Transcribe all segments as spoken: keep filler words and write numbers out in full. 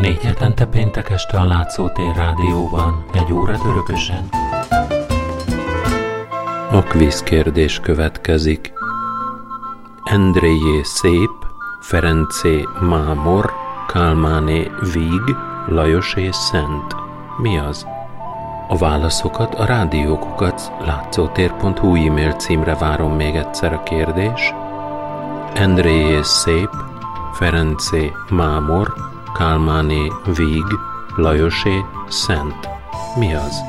Négy hetente péntek este a Látszótér Rádióban, egy órát örökösen. A kvízkérdés következik. Endréjé Szép, Ferencé Mámor, Kálmáné Víg, Lajosé Szent. Mi az? A válaszokat a rádiókukac látszótér pont hu e-mail címre várom még egyszer a kérdés. Endréjé Szép, Ferencé Mámor, Kálmáné Víg, Lajosé Szent. Mi az?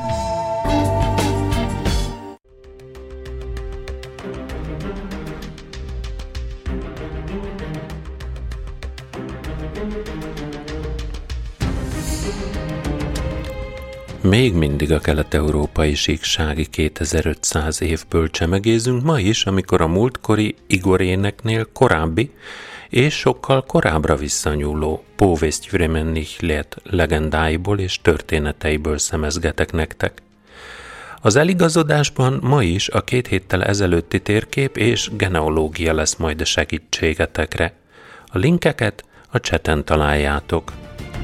Még mindig a kelet-európai síksági kétezer-ötszáz évből csemegézünk ma is, amikor a múltkori Igoréneknél korábbi és sokkal korábbra visszanyúló Póvesztjüremennichlet legendáiból és történeteiből szemezgetek nektek. Az eligazodásban ma is a két héttel ezelőtti térkép és genealógia lesz majd a segítségetekre. A linkeket a chaten találjátok.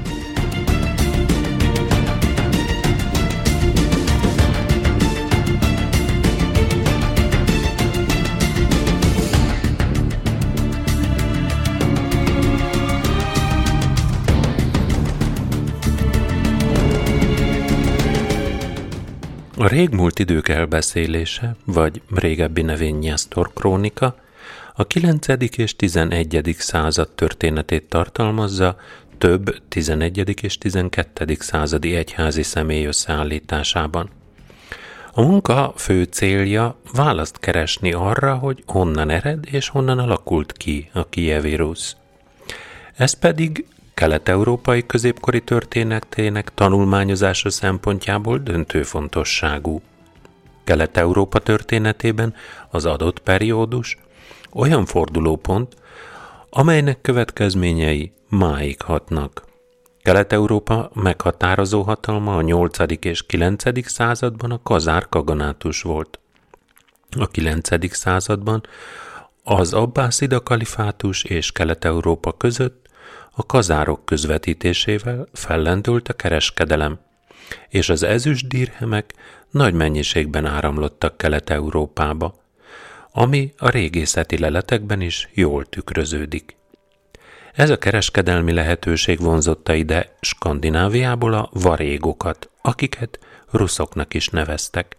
A régmúlt idők elbeszélése, vagy régebbi nevén Nyesztor krónika, a kilencedik és tizenegyedik század történetét tartalmazza több tizenegyedik és tizenkettedik századi egyházi személy összeállításában. A munka fő célja választ keresni arra, hogy honnan ered és honnan alakult ki a kijevi Rusz. Ez pedig kelet-európai középkori történetének tanulmányozása szempontjából döntő fontosságú. Kelet-Európa történetében az adott periódus olyan fordulópont, amelynek következményei máig hatnak. Kelet-Európa meghatározó hatalma a nyolcadik és kilencedik században a kazár kaganátus volt. A kilencedik században az abbászida kalifátus és Kelet-Európa között a kazárok közvetítésével fellendült a kereskedelem, és az ezüst dirhemek nagy mennyiségben áramlottak Kelet-Európába, ami a régészeti leletekben is jól tükröződik. Ez a kereskedelmi lehetőség vonzotta ide Skandináviából a varégokat, akiket ruszoknak is neveztek.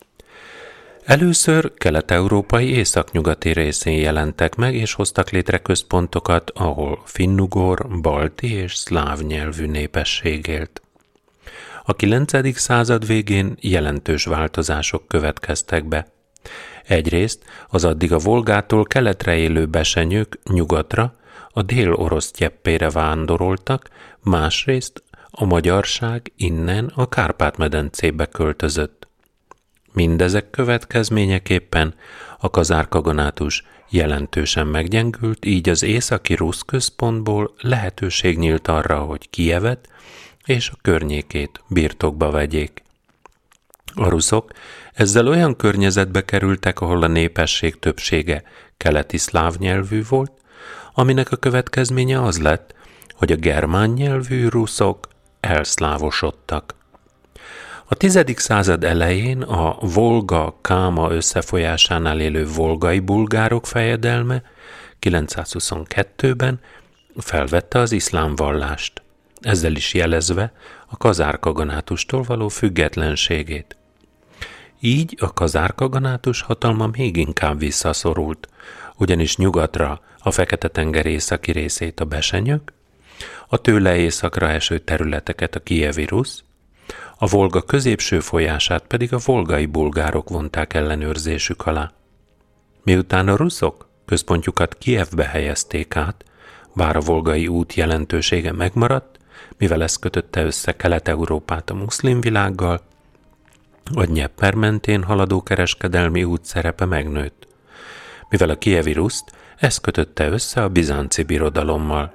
Először kelet-európai északnyugati részén jelentek meg, és hoztak létre központokat, ahol finnugor, balti és szláv nyelvű népesség élt. A kilencedik század végén jelentős változások következtek be. Egyrészt az addig a Volgától keletre élő besenyők nyugatra, a dél-orosz tyeppére vándoroltak, másrészt a magyarság innen a Kárpát-medencébe költözött. Mindezek következményeképpen a kazár kaganátus jelentősen meggyengült, így az északi rusz központból lehetőség nyílt arra, hogy Kijevet és a környékét birtokba vegyék. A ruszok ezzel olyan környezetbe kerültek, ahol a népesség többsége keleti szláv nyelvű volt, aminek a következménye az lett, hogy a germán nyelvű ruszok elszlávosodtak. A tizedik század elején a Volga-Káma összefolyásánál élő volgai bulgárok fejedelme kilencszázhuszonkettőben felvette az iszlám vallást, ezzel is jelezve a kazár kaganátustól való függetlenségét. Így a kazár kaganátus hatalma még inkább visszaszorult, ugyanis nyugatra a Fekete-tenger északi részét a besenyők, a tőle északra eső területeket a kijevi rusz, a Volga középső folyását pedig a volgai bulgárok vonták ellenőrzésük alá. Miután a ruszok központjukat Kijevbe helyezték át, bár a volgai út jelentősége megmaradt, mivel ez kötötte össze Kelet-Európát a muszlim világgal, a Dnyepr mentén haladó kereskedelmi út szerepe megnőtt. Mivel a kijevi ruszt, ez kötötte össze a bizánci birodalommal.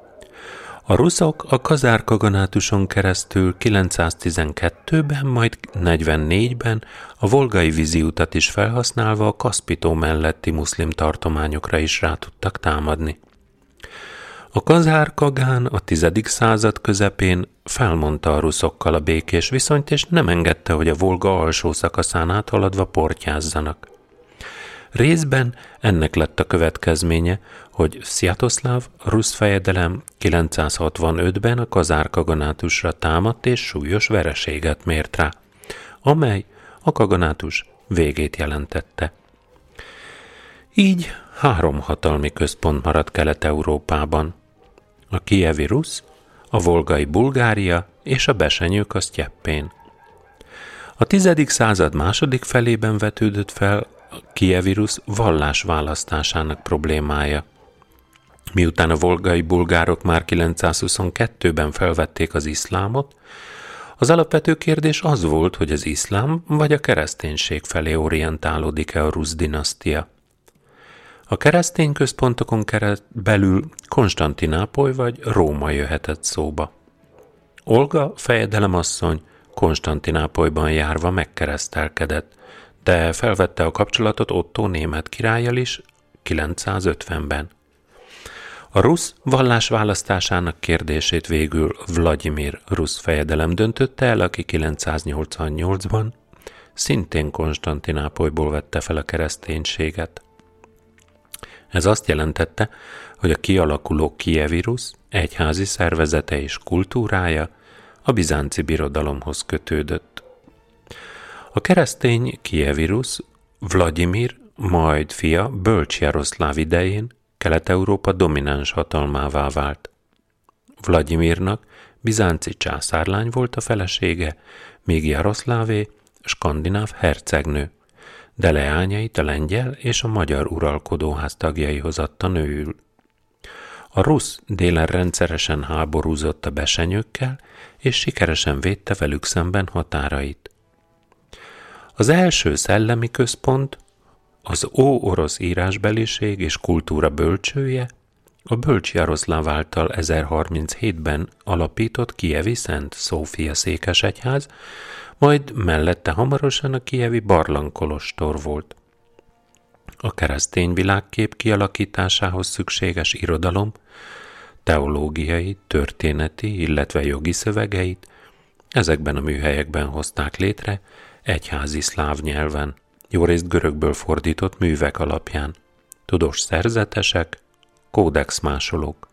A ruszok a kazár kaganátuson keresztül kilencszáztizenkettőben, majd negyvennégyben a volgai víziutat is felhasználva a Kaszpi-tó melletti muszlim tartományokra is rá tudtak támadni. A Kazár Kagán a tizedik század közepén felmondta a ruszokkal a békés viszonyt, és nem engedte, hogy a Volga alsó szakaszán áthaladva portyázzanak. Részben ennek lett a következménye, hogy Sziatoszláv rusz fejedelem kilencszázhatvanötben a Kazár kaganátusra támadt és súlyos vereséget mért rá, amely a kaganátus végét jelentette. Így három hatalmi központ maradt Kelet-Európában: a kijevi Rusz, a volgai Bulgária és a besenyők a sztyeppén. A tizedik század második felében vetődött fel a kijevi Rusz vallás választásának problémája. Miután a volgai bulgárok már kilencszázhuszonkettőben felvették az iszlámot, az alapvető kérdés az volt, hogy az iszlám vagy a kereszténység felé orientálódik-e a Rusz dinasztia. A keresztény központokon belül Konstantinápoly vagy Róma jöhetett szóba. Olga fejedelemasszony Konstantinápolyban járva megkeresztelkedett, de felvette a kapcsolatot Ottó német királlyal is kilencszázötvenben. A rusz vallás választásának kérdését végül Vlagyimir rusz fejedelem döntötte el, aki kilencszáznyolcvannyolcban szintén Konstantinápolyból vette fel a kereszténységet. Ez azt jelentette, hogy a kialakuló kijevi Rusz egyházi szervezete és kultúrája a bizánci birodalomhoz kötődött. A keresztény kijevi Rusz Vlagyimir, majd fia Bölcs Jaroszláv idején Kelet-Európa domináns hatalmává vált. Vlagyimirnak bizánci császárlány volt a felesége, míg Jaroszlávé skandináv hercegnő, de leányait a lengyel és a magyar uralkodóház tagjaihoz adta nőül. A rusz délen rendszeresen háborúzott a besenyőkkel, és sikeresen védte velük szemben határait. Az első szellemi központ, az óorosz írásbeliség és kultúra bölcsője, a Bölcs Jaroszláv által ezerharminchétben alapított kijevi Szent Szófia székesegyház, majd mellette hamarosan a kijevi barlangkolostor volt. A keresztény világkép kialakításához szükséges irodalom, teológiai, történeti, illetve jogi szövegeit ezekben a műhelyekben hozták létre egyházi szláv nyelven, jórészt görögből fordított művek alapján, tudós szerzetesek, kódexmásolók.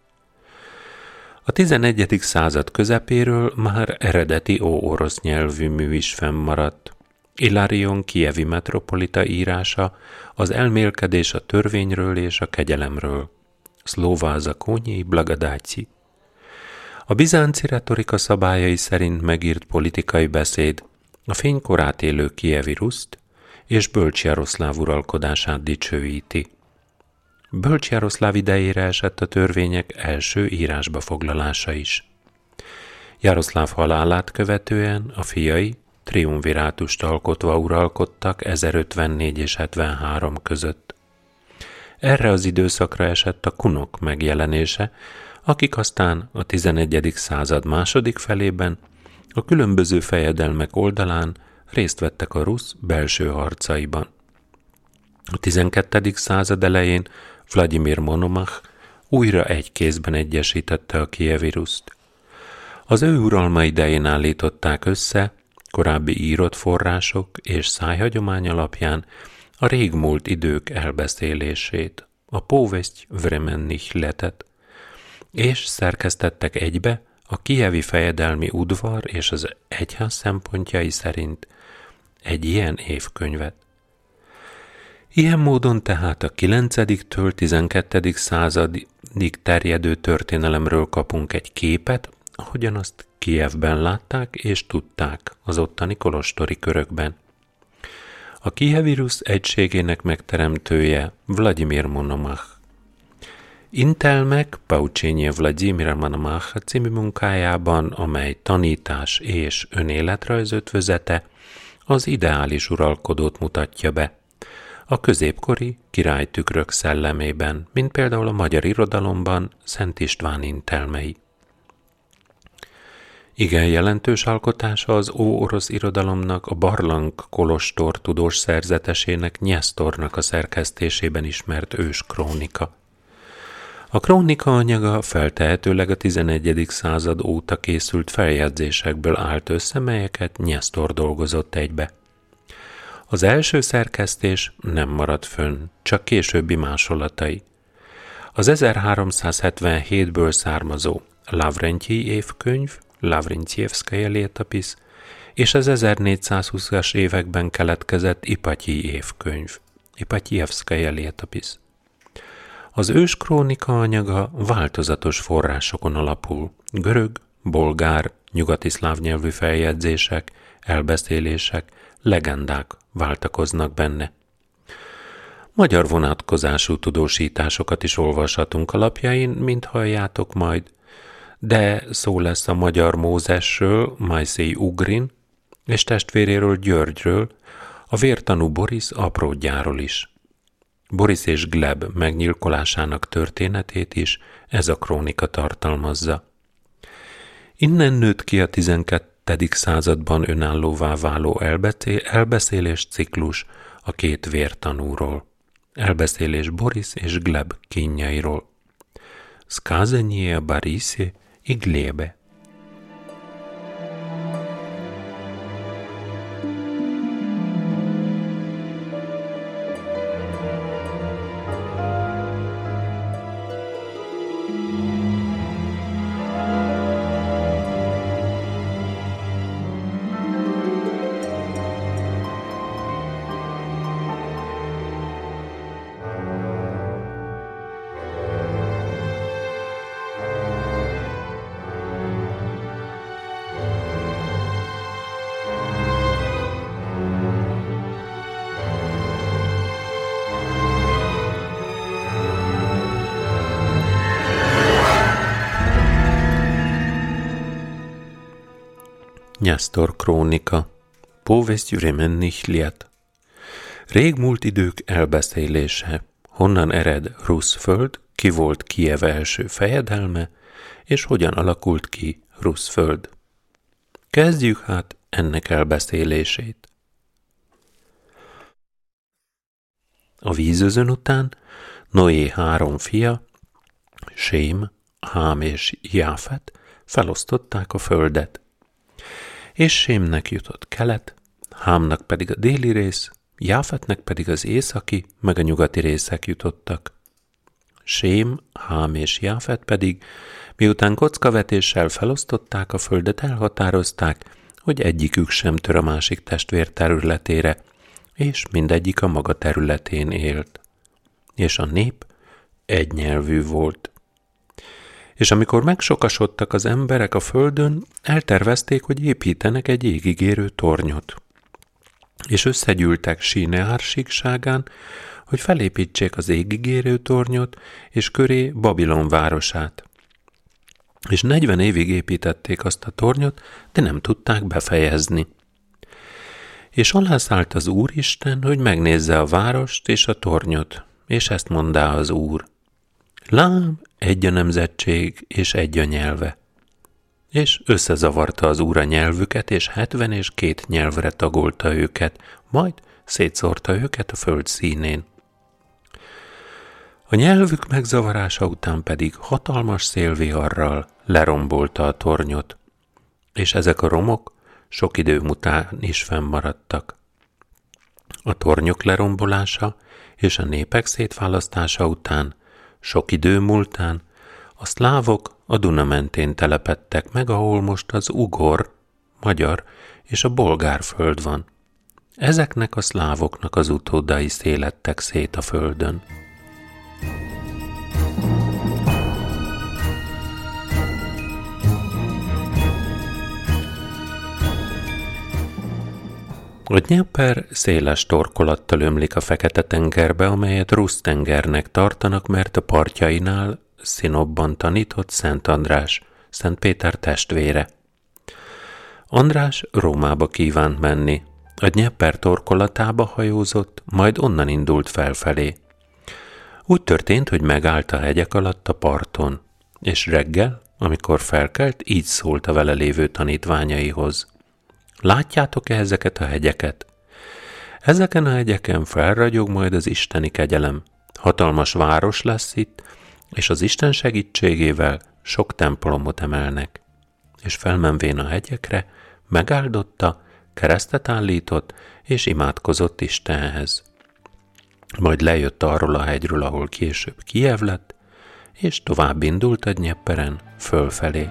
A tizenegyedik század közepéről már eredeti óorosz nyelvű mű is fennmaradt. Ilarion kijevi metropolita írása az elmélkedés a törvényről és a kegyelemről. Szlóva zakonyi blagadáci. A bizánci retorika szabályai szerint megírt politikai beszéd a fénykorát élő kijevi Ruszt és Bölcs Jaroszláv uralkodását dicsőíti. Bölcs Jaroszláv idejére esett a törvények első írásba foglalása is. Jaroszláv halálát követően a fiai triumvirátust alkotva uralkodtak ezerötvennégy és hetvenhárom között. Erre az időszakra esett a kunok megjelenése, akik aztán a tizenegyedik század második felében a különböző fejedelmek oldalán részt vettek a rusz belső harcaiban. A tizenkettedik század elején Vlagyimir Monomach újra egy kézben egyesítette a kijevi Ruszt. Az ő uralma idején állították össze korábbi írott források és szájhagyomány alapján a régmúlt idők elbeszélését, a Póveszty Vremennyhletet, és szerkesztettek egybe a kijevi fejedelmi udvar és az egyház szempontjai szerint egy ilyen évkönyvet. Ilyen módon tehát a kilencediktől tizenkettedik századig terjedő történelemről kapunk egy képet, ahogyan azt Kijevben látták és tudták az ottani kolostori körökben. A kijevi Rusz egységének megteremtője Vlagyimir Monomach. Intelmek Pauchenyi Vlagyimir Monomach című munkájában, amely tanítás és önéletrajz ötvözete, az ideális uralkodót mutatja be, a középkori királytükrök szellemében, mint például a magyar irodalomban Szent István intelmei. Igen jelentős alkotása az óorosz irodalomnak a Barlang kolostor tudós szerzetesének Nyesztornak a szerkesztésében ismert őskrónika. A krónika anyaga feltehetőleg a tizenegyedik század óta készült feljegyzésekből állt össze, melyeket Nyesztor dolgozott egybe. Az első szerkesztés nem maradt fönn, csak későbbi másolatai. Az ezerháromszázhetvenhétből származó Lavrentyi évkönyv, Lavrentyjevszkaja Létapis, és az ezernégyszázhúszas években keletkezett Ipatyi évkönyv, Ipatjevszkaja Létapis. Az ős krónika anyaga változatos forrásokon alapul. Görög, bolgár, nyugati szláv nyelvű feljegyzések, elbeszélések, legendák váltakoznak benne. Magyar vonatkozású tudósításokat is olvashatunk alapjain, mint halljátok majd, de szó lesz a magyar Mózesről, Majszéj Ugrin, és testvéréről Györgyről, a vértanú Boris apródjáról is. Boris és Gleb megnyilkolásának történetét is ez a krónika tartalmazza. Innen nőtt ki a tizenkettedik században önállóvá váló elbeszélés ciklus a két vértanúról. Elbeszélés Boris és Gleb kínjairól. Skazanie o Borise i Glebe. Nyesztor krónika, Povest vremennych liet. Régmúlt idők elbeszélése, honnan ered Ruszföld, ki volt Kijev első fejedelme, és hogyan alakult ki Ruszföld. Kezdjük hát ennek elbeszélését. A vízözön után Noé három fia, Sém, Hám és Jáfet felosztották a földet. És Sémnek jutott kelet, Hámnak pedig a déli rész, Jáfetnek pedig az északi, meg a nyugati részek jutottak. Sém, Hám és Jáfet pedig, miután kockavetéssel felosztották a földet, elhatározták, hogy egyikük sem tör a másik testvér területére, és mindegyik a maga területén élt. És a nép egynyelvű volt. És amikor megsokasodtak az emberek a földön, eltervezték, hogy építenek egy égigérő tornyot. És összegyűltek Sineár síkságán, hogy felépítsék az égigérő tornyot, és köré Babilon városát. És negyven évig építették azt a tornyot, de nem tudták befejezni. És alászállt az Úristen, hogy megnézze a várost és a tornyot, és ezt mondá az Úr. Lám, egy a nemzetség és egy a nyelve. És összezavarta az Úr a nyelvüket, és hetven és két nyelvre tagolta őket, majd szétszórta őket a föld színén. A nyelvük megzavarása után pedig hatalmas szélviharral lerombolta a tornyot, és ezek a romok sok idő után is fennmaradtak. A tornyok lerombolása és a népek szétválasztása után sok idő múltán a szlávok a Duna mentén telepedtek meg, ahol most az ugor, magyar és a bolgár föld van. Ezeknek a szlávoknak az utódai szélettek szét a földön. A Dnyeper széles torkolattal ömlik a Fekete-tengerbe, amelyet Rusz-tengernek tartanak, mert a partjainál Szinopban tanított Szent András, Szent Péter testvére. András Rómába kívánt menni. A Dnyeper torkolatába hajózott, majd onnan indult felfelé. Úgy történt, hogy megállt a hegyek alatt a parton, és reggel, amikor felkelt, így szólt a vele lévő tanítványaihoz. Látjátok-e ezeket a hegyeket? Ezeken a hegyeken felragyog majd az isteni kegyelem. Hatalmas város lesz itt, és az Isten segítségével sok templomot emelnek. És felmenvén a hegyekre, megáldotta, keresztet állított, és imádkozott Istenhez. Majd lejött arról a hegyről, ahol később Kijev lett, és tovább indult a Dnyeperen fölfelé.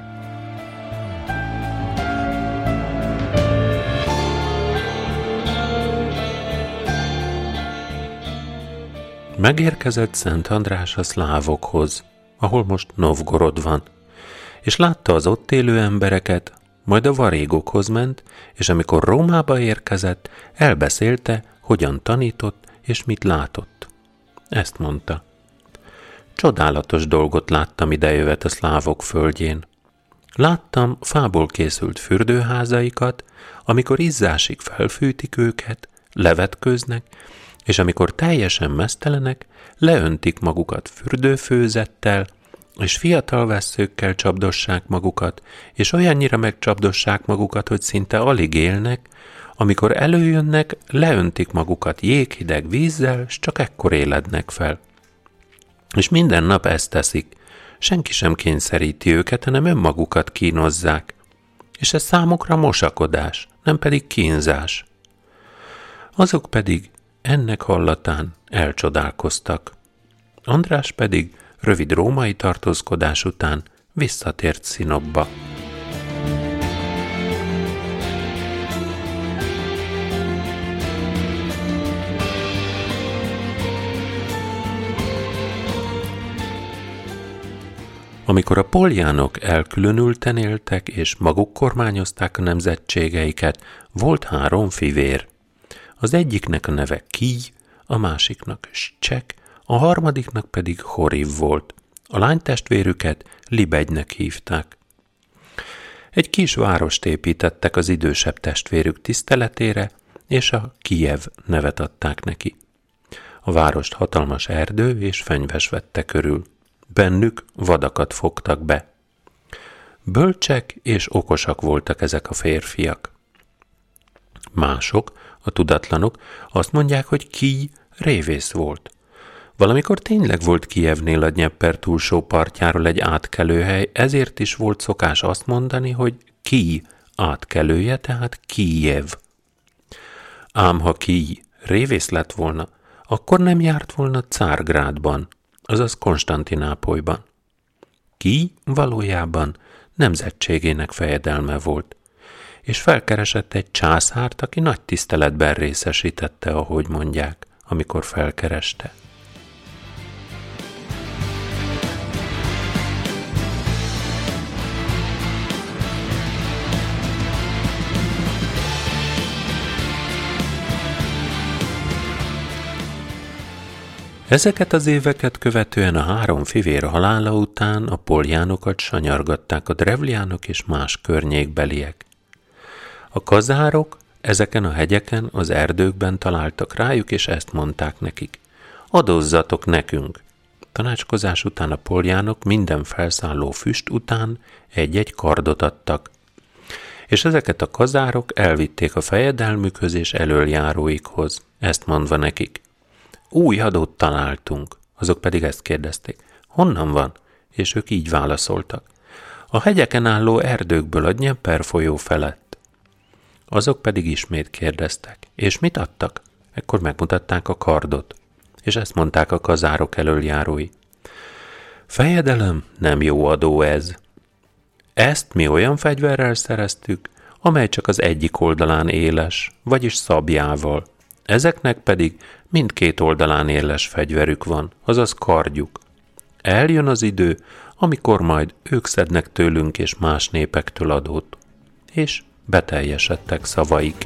Megérkezett Szent András a szlávokhoz, ahol most Novgorod van, és látta az ott élő embereket, majd a varégokhoz ment, és amikor Rómába érkezett, elbeszélte, hogyan tanított és mit látott. Ezt mondta: csodálatos dolgot láttam idejövet a szlávok földjén. Láttam fából készült fürdőházaikat, amikor izzásig felfűtik őket, levetkőznek, és amikor teljesen meztelenek, leöntik magukat fürdőfőzettel, és fiatal vesszőkkel csapdossák magukat, és olyannyira megcsapdossák magukat, hogy szinte alig élnek, amikor előjönnek, leöntik magukat jéghideg vízzel, s csak ekkor élednek fel. És minden nap ezt teszik. Senki sem kényszeríti őket, hanem önmagukat kínozzák. És ez számukra mosakodás, nem pedig kínzás. Azok pedig ennek hallatán elcsodálkoztak. András pedig rövid római tartózkodás után visszatért Szinopba. Amikor a poljánok elkülönülten éltek és maguk kormányozták a nemzetségeiket, volt három fivér. Az egyiknek a neve Kíj, a másiknak Scsek, a harmadiknak pedig Horiv volt. A lánytestvérüket Libegynek hívták. Egy kis várost építettek az idősebb testvérük tiszteletére, és a Kijev nevet adták neki. A várost hatalmas erdő és fenyves vette körül. Bennük vadakat fogtak be. Bölcsek és okosak voltak ezek a férfiak. Mások, a tudatlanok azt mondják, hogy Kíj révész volt. Valamikor tényleg volt Kijevnél a Dnyeper túlsó partjáról egy átkelőhely, ezért is volt szokás azt mondani, hogy Kíj átkelője, tehát Kijev. Ám ha Kíj révész lett volna, akkor nem járt volna Cárgrádban, azaz Konstantinápolyban. Kíj valójában nemzetségének fejedelme volt, és felkeresett egy császárt, aki nagy tiszteletben részesítette, ahogy mondják, amikor felkereste. Ezeket az éveket követően a három fivér halála után a poljánokat sanyargatták a drevljánok és más környékbeliek. A kazárok ezeken a hegyeken, az erdőkben találtak rájuk, és ezt mondták nekik: adozzatok nekünk! Tanácskozás után a poljánok minden felszálló füst után egy-egy kardot adtak. És ezeket a kazárok elvitték a fejedelmükhöz és elöljáróikhoz, ezt mondva nekik: új adót találtunk. Azok pedig ezt kérdezték: honnan van? És ők így válaszoltak: a hegyeken álló erdőkből, a Dnyeper folyó felett. Azok pedig ismét kérdeztek: és mit adtak? Ekkor megmutatták a kardot, és ezt mondták a kazárok elöljárói: fejedelem, nem jó adó ez. Ezt mi olyan fegyverrel szereztük, amely csak az egyik oldalán éles, vagyis szabjával. Ezeknek pedig mindkét oldalán éles fegyverük van, azaz kardjuk. Eljön az idő, amikor majd ők szednek tőlünk és más népektől adót. És beteljesedtek szavaik.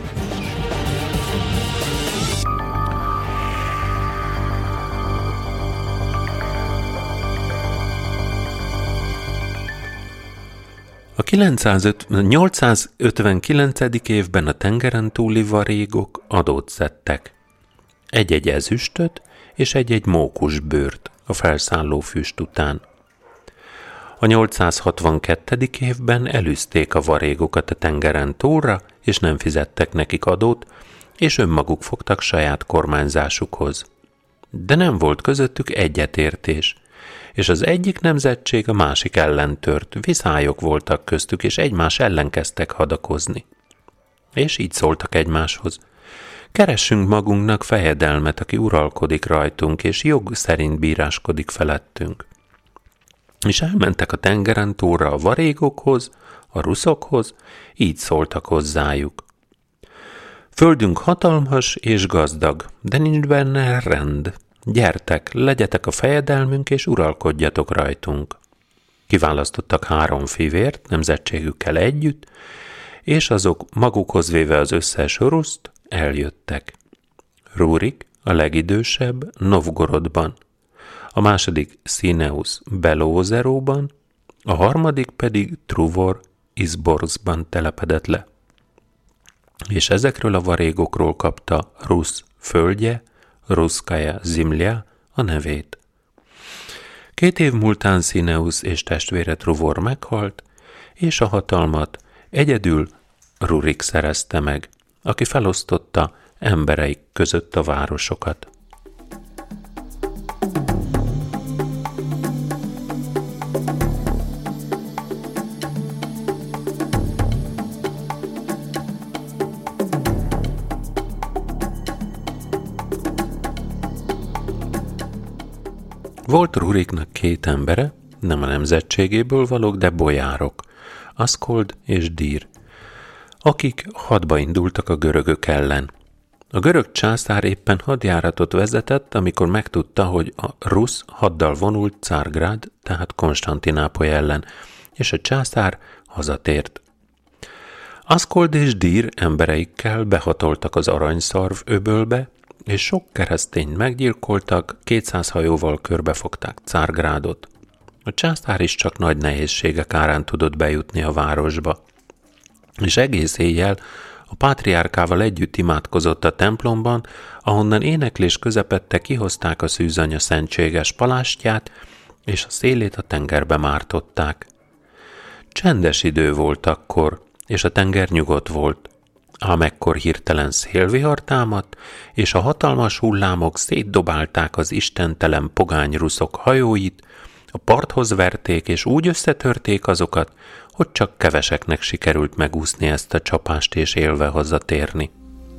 A nyolcszázötvenkilencedik évben a tengeren túli varégok adót szedtek. Egy-egy ezüstöt és egy-egy mókusbőrt a felszálló füst után. A nyolcszázhatvankettedik évben elűzték a varégokat a tengeren túlra, és nem fizettek nekik adót, és önmaguk fogtak saját kormányzásukhoz. De nem volt közöttük egyetértés, és az egyik nemzetség a másik ellen tört, viszályok voltak köztük, és egymás ellen kezdtek hadakozni. És így szóltak egymáshoz: keressünk magunknak fejedelmet, aki uralkodik rajtunk, és jog szerint bíráskodik felettünk. És elmentek a tengeren túlra a varégokhoz, a ruszokhoz, így szóltak hozzájuk: földünk hatalmas és gazdag, de nincs benne rend. Gyertek, legyetek a fejedelmünk, és uralkodjatok rajtunk. Kiválasztottak három fivért, nemzetségükkel együtt, és azok magukhoz véve az összes ruszt eljöttek. Rurik, a legidősebb, Novgorodban, a második Színeusz Belózeróban, a harmadik pedig Truvor Izborzban telepedett le. És ezekről a varégokról kapta Rusz földje, Ruszkaja Zimlja a nevét. Két év múltán Színeusz és testvére Truvor meghalt, és a hatalmat egyedül Rurik szerezte meg, aki felosztotta embereik között a városokat. Volt Ruriknak két embere, nem a nemzetségéből valók, de bojárok, Aszkold és Dír, akik hadba indultak a görögök ellen. A görög császár éppen hadjáratot vezetett, amikor megtudta, hogy a rusz haddal vonult Cárgrád, tehát Konstantinápoly ellen, és a császár hazatért. Aszkold és Dír embereikkel behatoltak az aranyszarv öbölbe, és sok keresztényt meggyilkoltak, kétszáz hajóval körbefogták Cárgrádot. A császár is csak nagy nehézségek árán tudott bejutni a városba, és egész éjjel a pátriárkával együtt imádkozott a templomban, ahonnan éneklés közepette kihozták a szűzanya szentséges palástját, és a szélét a tengerbe mártották. Csendes idő volt akkor, és a tenger nyugodt volt. Ám ekkor hirtelen szélvihar támadt, és a hatalmas hullámok szétdobálták az istentelen pogány ruszok hajóit, a parthoz verték, és úgy összetörték azokat, hogy csak keveseknek sikerült megúszni ezt a csapást és élve hazatérni.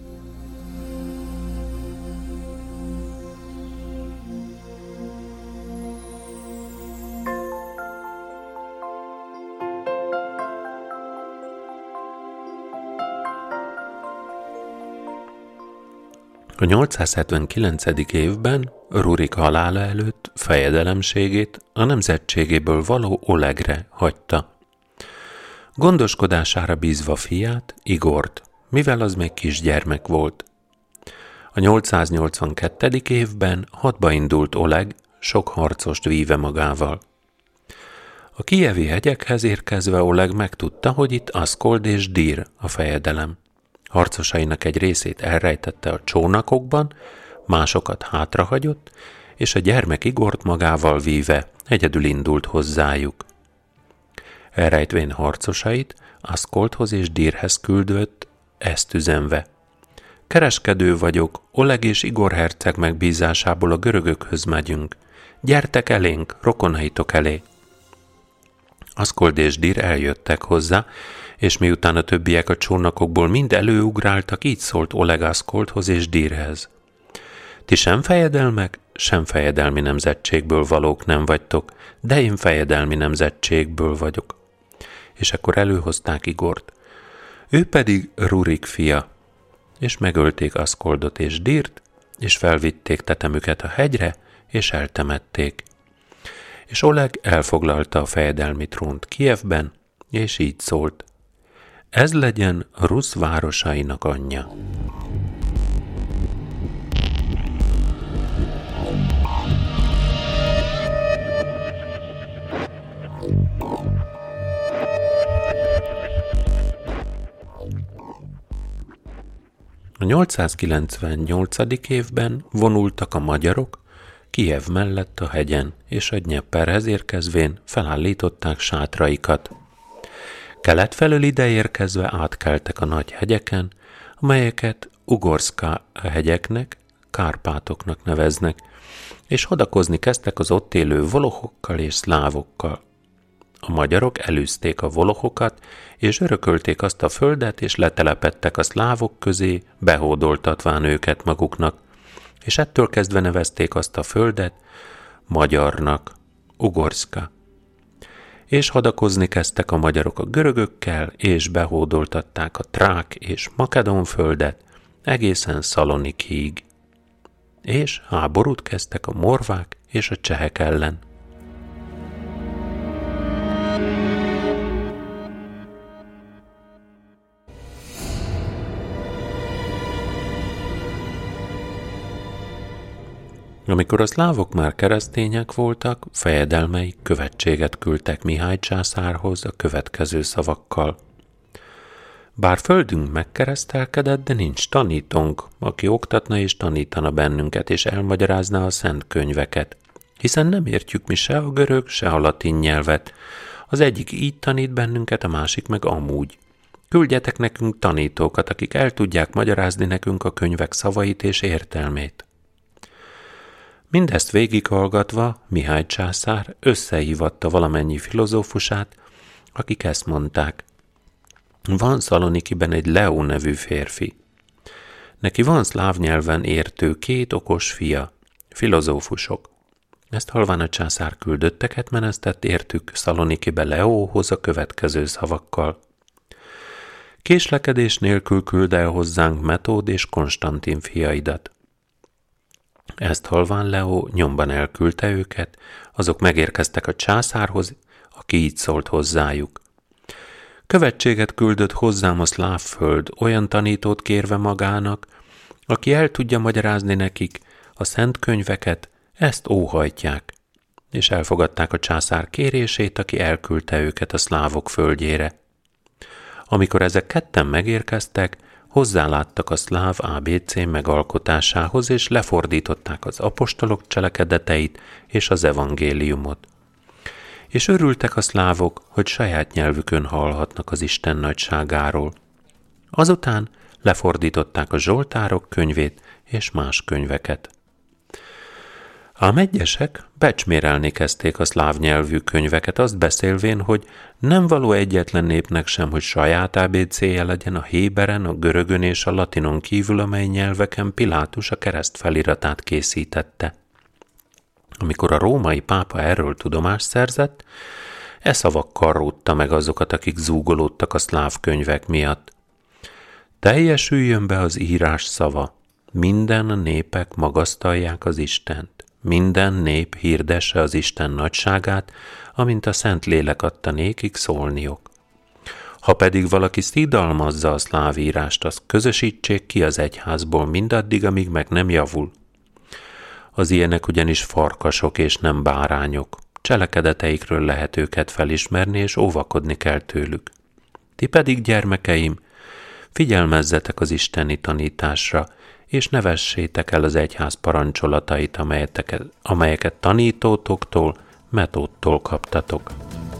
A nyolcszázhetvenkilencedik évben Rurik halála előtt fejedelemségét a nemzetségéből való Olegre hagyta. Gondoskodására bízva fiát, Igort, mivel az még kisgyermek volt. A nyolcszáznyolcvankettedik évben hadba indult Oleg, sok harcost víve magával. A kijevi hegyekhez érkezve Oleg megtudta, hogy itt Aszkold és Dír a fejedelem. Harcosainak egy részét elrejtette a csónakokban, másokat hátrahagyott, és a gyermek Igort magával víve egyedül indult hozzájuk. Elrejtvén harcosait Aszkoldhoz és Dírhez küldött, ezt üzenve: kereskedő vagyok, Oleg és Igor herceg megbízásából a görögökhöz megyünk. Gyertek elénk, rokonaitok elé. Aszkold és Dír eljöttek hozzá, és miután a többiek a csónakokból mind előugráltak, így szólt Oleg Aszkoldhoz és Dírhez: ti sem fejedelmek, sem fejedelmi nemzetségből valók nem vagytok, de én fejedelmi nemzetségből vagyok. És akkor előhozták Igort. Ő pedig Rurik fia, és megölték Aszkoldot és Dírt, és felvitték tetemüket a hegyre, és eltemették. És Oleg elfoglalta a fejedelmi trónt Kijevben, és így szólt: ez legyen Rusz városainak anyja. A nyolcszázkilencvennyolcadik évben vonultak a magyarok Kijev mellett a hegyen, és a Dnyepperhez érkezvén felállították sátraikat. Kelet felől ide érkezve átkeltek a nagy hegyeken, amelyeket Ugorszka hegyeknek, Kárpátoknak neveznek, és hadakozni kezdtek az ott élő volohokkal és szlávokkal. A magyarok elűzték a volohokat, és örökölték azt a földet, és letelepedtek a szlávok közé, behódoltatván őket maguknak, és ettől kezdve nevezték azt a földet magyarnak, Ugorszka. És hadakozni kezdtek a magyarok a görögökkel, és behódoltatták a trák és makedón földet egészen Szalonikig. És háborút kezdtek a morvák és a csehek ellen. Amikor a szlávok már keresztények voltak, fejedelmeik követséget küldtek Mihály császárhoz a következő szavakkal. Bár földünk megkeresztelkedett, de nincs tanítónk, aki oktatna és tanítana bennünket, és elmagyarázna a szent könyveket, hiszen nem értjük mi se a görög, se a latin nyelvet. Az egyik így tanít bennünket, a másik meg amúgy. Küldjetek nekünk tanítókat, akik el tudják magyarázni nekünk a könyvek szavait és értelmét. Mindezt végighallgatva Mihály császár összehívatta valamennyi filozófusát, akik ezt mondták. Van Szalonikiben egy Leó nevű férfi. Neki van szláv nyelven értő két okos fia, filozófusok. Ezt halván a császár küldötteket menesztett értük Szalonikibe Leóhoz a következő szavakkal. Késlekedés nélkül küld el hozzánk Metód és Konstantin fiaidat. Ezt halván Leó nyomban elküldte őket, azok megérkeztek a császárhoz, aki így szólt hozzájuk. Követséget küldött hozzám a szláv föld, olyan tanítót kérve magának, aki el tudja magyarázni nekik a szent könyveket, ezt óhajtják. És elfogadták a császár kérését, aki elküldte őket a szlávok földjére. Amikor ezek ketten megérkeztek, hozzáláttak a szláv á bé cé megalkotásához, és lefordították az apostolok cselekedeteit és az evangéliumot. És örültek a szlávok, hogy saját nyelvükön hallhatnak az Isten nagyságáról. Azután lefordították a Zsoltárok könyvét és más könyveket. Ám egyesek becsmérelni kezdték a szláv nyelvű könyveket, azt beszélvén, hogy nem való egyetlen népnek sem, hogy saját á bé céje legyen a héberen, a görögön és a latinon kívül, amely nyelveken Pilátus a kereszt feliratát készítette. Amikor a római pápa erről tudomást szerzett, e szavakkal rótta meg azokat, akik zúgolódtak a szláv könyvek miatt. Teljesüljön be az írás szava, minden népek magasztalják az Istent. Minden nép hirdesse az Isten nagyságát, amint a Szent Lélek adta nékik szólniok. Ha pedig valaki szidalmazza a szláv írást, azt közösítsék ki az egyházból mindaddig, amíg meg nem javul. Az ilyenek ugyanis farkasok és nem bárányok. Cselekedeteikről lehet őket felismerni, és óvakodni kell tőlük. Ti pedig, gyermekeim, figyelmezzetek az isteni tanításra, és ne vessétek el az egyház parancsolatait, amelyeket, amelyeket tanítótoktól, Metódtól kaptatok.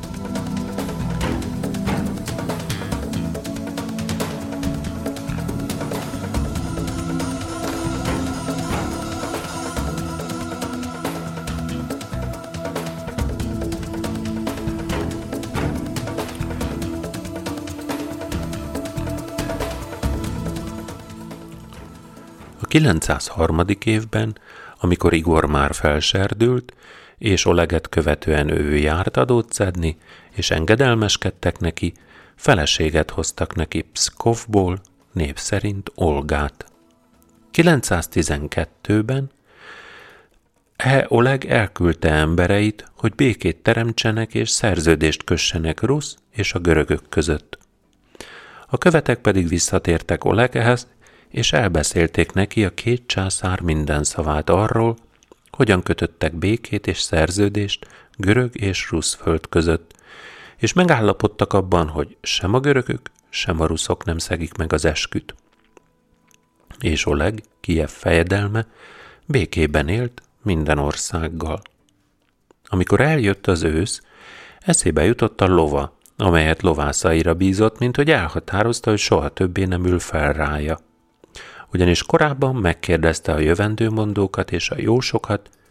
A kilencszázharmadik évben, amikor Igor már felserdült, és Oleget követően ő járt adót szedni, és engedelmeskedtek neki, feleséget hoztak neki Pszkovból, név szerint Olgát. kilencszáztizenkettőben e Oleg elküldte embereit, hogy békét teremtsenek és szerződést kössenek Rusz és a görögök között. A követek pedig visszatértek Oleghez, és elbeszélték neki a két császár minden szavát arról, hogyan kötöttek békét és szerződést görög és rusz föld között, és megállapodtak abban, hogy sem a görögök, sem a ruszok nem szegik meg az esküt. És Oleg, Kijev fejedelme, békében élt minden országgal. Amikor eljött az ősz, eszébe jutott a lova, amelyet lovászaira bízott, mint hogy elhatározta, hogy soha többé nem ül fel rája. Ugyanis korábban megkérdezte a jövendőmondókat és a jósokat,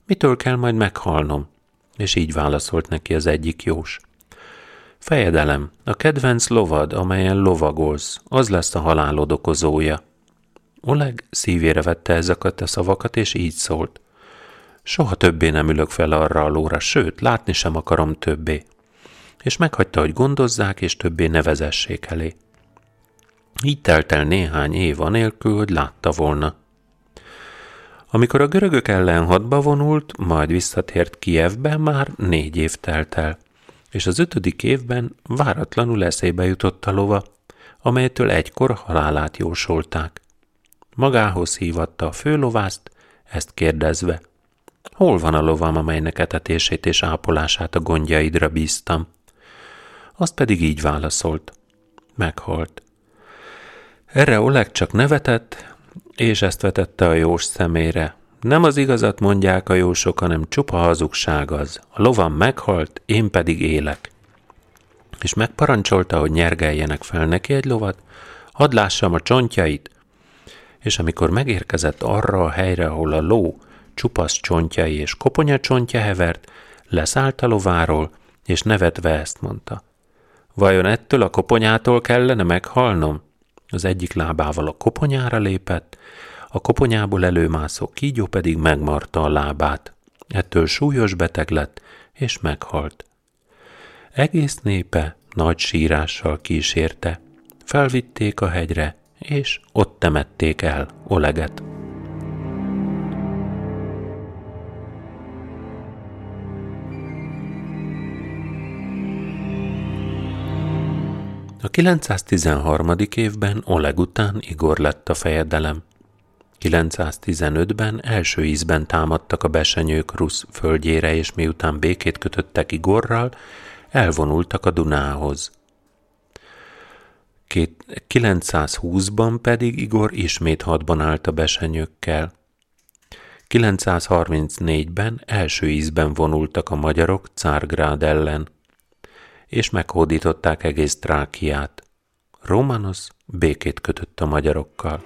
Mitől kell majd meghalnom? És így válaszolt neki az egyik jós. Fejedelem, a kedvenc lovad, amelyen lovagolsz, az lesz a halálod okozója. Oleg szívére vette ezeket a szavakat, és így szólt. Soha többé nem ülök fel arra a lóra, sőt, látni sem akarom többé. És meghagyta, hogy gondozzák, és többé ne vezessék elé. Így telt el néhány év anélkül, hogy látta volna. Amikor a görögök ellen hadba vonult, majd visszatért Kijevbe, már négy év telt el, és az ötödik évben váratlanul eszébe jutott a lova, amelytől egykor halálát jósolták. Magához hívatta a főlovászt, ezt kérdezve. Hol van a lovam, amelynek etetését és ápolását a gondjaidra bíztam? Azt pedig így válaszolt. Meghalt. Erre Oleg csak nevetett, és ezt vetette a jós szemére. Nem az igazat mondják a jósok, hanem csupa hazugság az. A lovam meghalt, én pedig élek. És megparancsolta, hogy nyergeljenek fel neki egy lovat, hadd lássam a csontjait. És amikor megérkezett arra a helyre, ahol a ló csupasz csontjai és koponyacsontja hevert, leszállt a lováról, és nevetve ezt mondta. Vajon ettől a koponyától kellene meghalnom? Az egyik lábával a koponyára lépett, a koponyából előmászó kígyó pedig megmarta a lábát. Ettől súlyos beteg lett, és meghalt. Egész népe nagy sírással kísérte. Felvitték a hegyre, és ott temették el Oleget. A kilencszáztizenharmadik évben Oleg után Igor lett a fejedelem. kilencszáztizenötben első ízben támadtak a besenyők Rusz földjére, és miután békét kötöttek Igorral, elvonultak a Dunához. kilencszázhúszban pedig Igor ismét hadban állt a besenyőkkel. kilencszázharmincnégyben első ízben vonultak a magyarok Cárgrád ellen, és meghódították egész Trákiát. Rómanosz békét kötött a magyarokkal.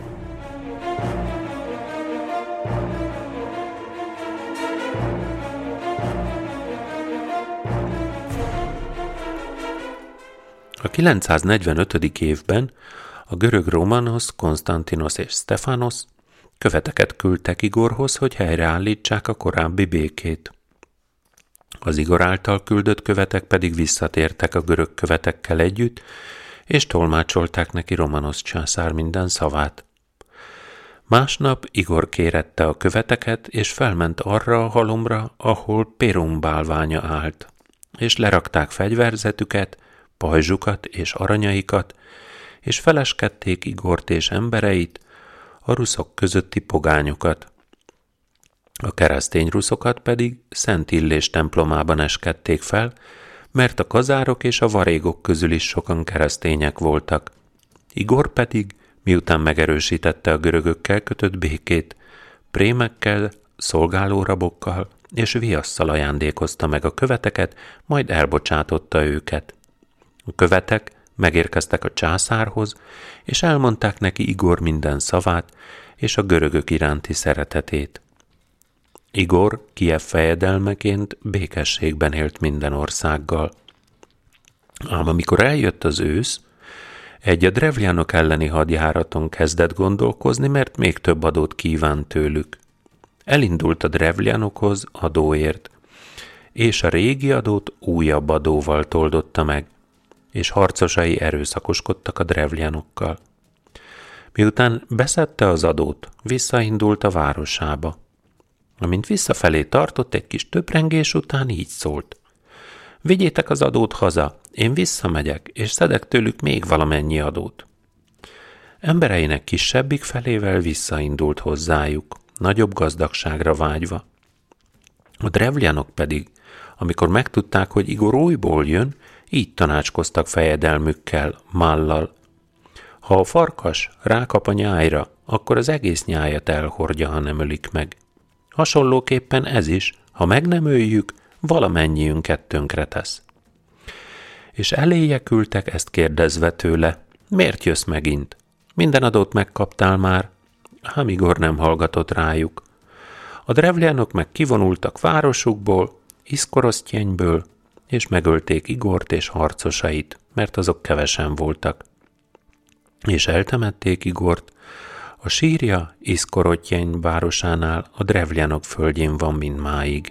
A kilencszáznegyvenötödik évben a görög Rómanosz, Konstantinos és Stefanos követeket küldtek Igorhoz, hogy helyreállítsák a korábbi békét. Az Igor által küldött követek pedig visszatértek a görög követekkel együtt, és tolmácsolták neki Romanosz császár minden szavát. Másnap Igor kérette a követeket, és felment arra a halomra, ahol Pérum bálványa állt, és lerakták fegyverzetüket, pajzsukat és aranyaikat, és feleskedték Igort és embereit, a ruszok közötti pogányokat. A keresztény ruszokat pedig Szent Illés templomában eskedték fel, mert a kazárok és a varégok közül is sokan keresztények voltak. Igor pedig, miután megerősítette a görögökkel kötött békét, prémekkel, szolgálórabokkal és viasszal ajándékozta meg a követeket, majd elbocsátotta őket. A követek megérkeztek a császárhoz, és elmondták neki Igor minden szavát és a görögök iránti szeretetét. Igor Kijev fejedelmeként békességben élt minden országgal. Ám amikor eljött az ősz, egy a drevljanok elleni hadjáraton kezdett gondolkozni, mert még több adót kívánt tőlük. Elindult a drevljanokhoz adóért, és a régi adót újabb adóval toldotta meg, és harcosai erőszakoskodtak a drevljanokkal. Miután beszedte az adót, visszaindult a városába. Amint visszafelé tartott, egy kis töprengés után így szólt. Vigyétek az adót haza, én visszamegyek, és szedek tőlük még valamennyi adót. Embereinek kisebbik felével visszaindult hozzájuk, nagyobb gazdagságra vágyva. A drevljanok pedig, amikor megtudták, hogy Igor újból jön, így tanácskoztak fejedelmükkel, Mállal. Ha a farkas rákap a nyájra, akkor az egész nyájat elhordja, ha nem ölik meg. Hasonlóképpen ez is, ha meg nem öljük, valamennyiünket tönkretesz. És eléje küldtek ezt kérdezve tőle, miért jössz megint? Minden adót megkaptál már? Ám Igor nem hallgatott rájuk. A drevljanok meg kivonultak városukból, Iszkorosztyenyből, és megölték Igort és harcosait, mert azok kevesen voltak. És eltemették Igort, a sírja Iszkorotyeny városánál, a drevljanok földjén van mindmáig.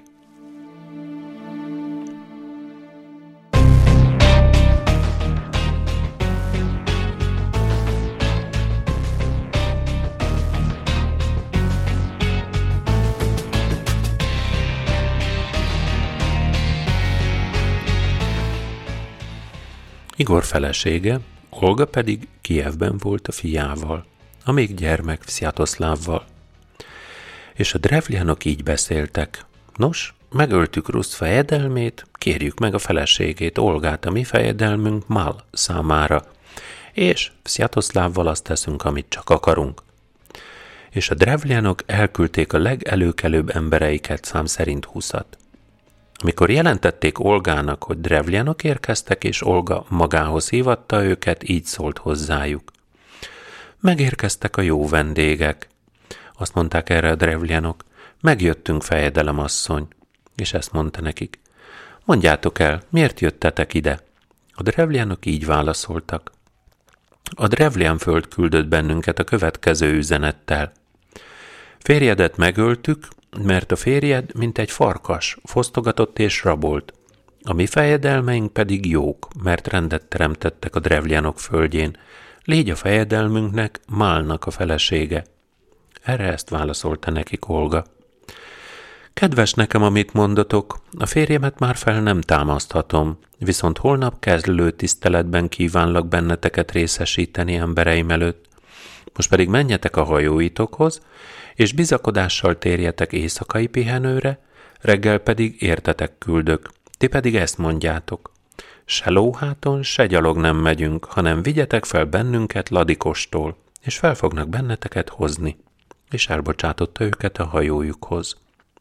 Igor felesége, Olga pedig Kijevben volt a fiával, a még gyermek Szjatoszlávval. És a drevljanok így beszéltek: nos, megöltük Rusz fejedelmét, kérjük meg a feleségét, Olgát, a mi fejedelmünk Mal számára, és Szjatoszlávval azt teszünk, amit csak akarunk. És a drevljanok elküldték a legelőkelőbb embereiket, szám szerint húszat. Amikor jelentették Olgának, hogy drevljanok érkeztek, és Olga magához hívatta őket, így szólt hozzájuk: megérkeztek a jó vendégek. Azt mondták erre a drevljanok: megjöttünk, fejedelem asszony. És ezt mondta nekik: mondjátok el, miért jöttetek ide? A drevljanok így válaszoltak: a drevljanföld küldött bennünket a következő üzenettel: férjedet megöltük, mert a férjed, mint egy farkas, fosztogatott és rabolt. A mi fejedelmeink pedig jók, mert rendet teremtettek a drevljanok földjén. Légy a fejedelmünknek Málnak a felesége. Erre ezt válaszolta nekik Olga: kedves nekem, amit mondatok, a férjemet már fel nem támaszthatom, viszont holnap kezdő tiszteletben kívánlak benneteket részesíteni embereim előtt. Most pedig menjetek a hajóitokhoz, és bizakodással térjetek éjszakai pihenőre, reggel pedig értetek küldök. Ti pedig ezt mondjátok: se lóháton, se gyalog nem megyünk, hanem vigyetek fel bennünket Ladikostól, és fel fognak benneteket hozni. És elbocsátotta őket a hajójukhoz.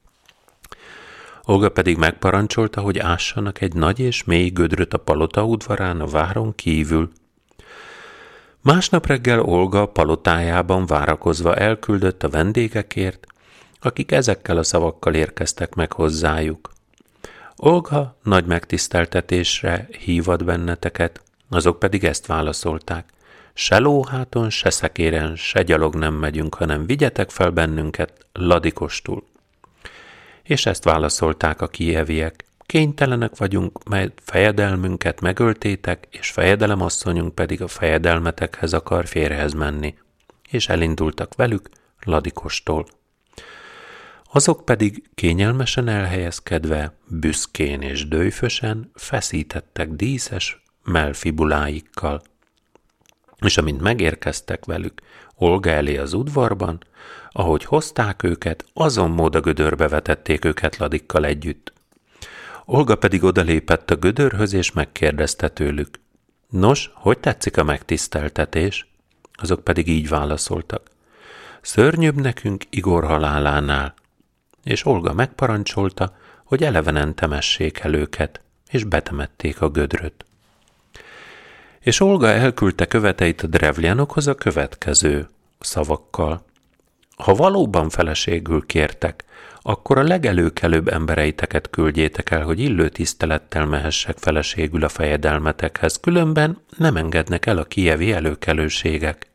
Olga pedig megparancsolta, hogy ássanak egy nagy és mély gödröt a palota udvarán a váron kívül. Másnap reggel Olga a palotájában várakozva elküldött a vendégekért, akik ezekkel a szavakkal érkeztek meg hozzájuk: Olga nagy megtiszteltetésre hívat benneteket, azok pedig ezt válaszolták: se lóháton, se szekéren, se gyalog nem megyünk, hanem vigyetek fel bennünket Ladikostul. És ezt válaszolták a kijeviek: kénytelenek vagyunk, mert fejedelmünket megöltétek, és fejedelemasszonyunk pedig a fejedelmetekhez akar férjhez menni. És elindultak velük Ladikostól. Azok pedig kényelmesen elhelyezkedve, büszkén és dőfösen feszítettek díszes mellfibuláikkal. És amint megérkeztek velük Olga elé az udvarban, ahogy hozták őket, azon mód a gödörbe vetették őket Ladikkal együtt. Olga pedig odalépett a gödörhöz, és megkérdezte tőlük: nos, hogy tetszik a megtiszteltetés? Azok pedig így válaszoltak: szörnyűbb nekünk Igor halálánál. És Olga megparancsolta, hogy elevenen temessék el őket, és betemették a gödröt. És Olga elküldte követeit a drevljanokhoz a következő szavakkal: ha valóban feleségül kértek, akkor a legelőkelőbb embereiteket küldjétek el, hogy illő tisztelettel mehessek feleségül a fejedelmetekhez, különben nem engednek el a kijevi előkelőségek.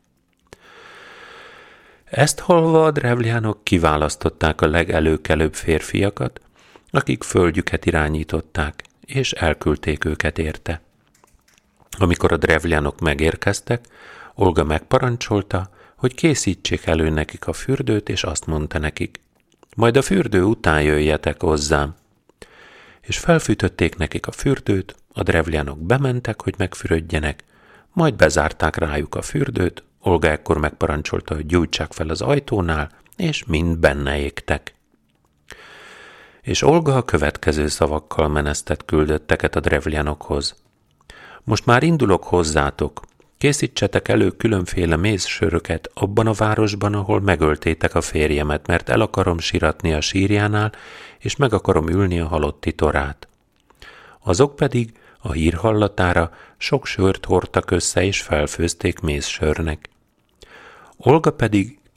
Ezt hallva a drevljanok kiválasztották a legelőkelőbb férfiakat, akik földjüket irányították, és elküldték őket érte. Amikor a drevljanok megérkeztek, Olga megparancsolta, hogy készítsék elő nekik a fürdőt, és azt mondta nekik: majd a fürdő után jöjjetek hozzám. És felfűtötték nekik a fürdőt, a drevljanok bementek, hogy megfürödjenek, majd bezárták rájuk a fürdőt. Olga ekkor megparancsolta, hogy gyújtsák fel az ajtónál, és mind benne égtek. És Olga a következő szavakkal menesztett küldötteket a drevljanokhoz: most már indulok hozzátok, készítsetek elő különféle mézsöröket abban a városban, ahol megöltétek a férjemet, mert el akarom siratni a sírjánál, és meg akarom ülni a halotti torát. Azok pedig a hír hallatára sok sört hordtak össze, és felfőzték mézsörnek. Olga pedig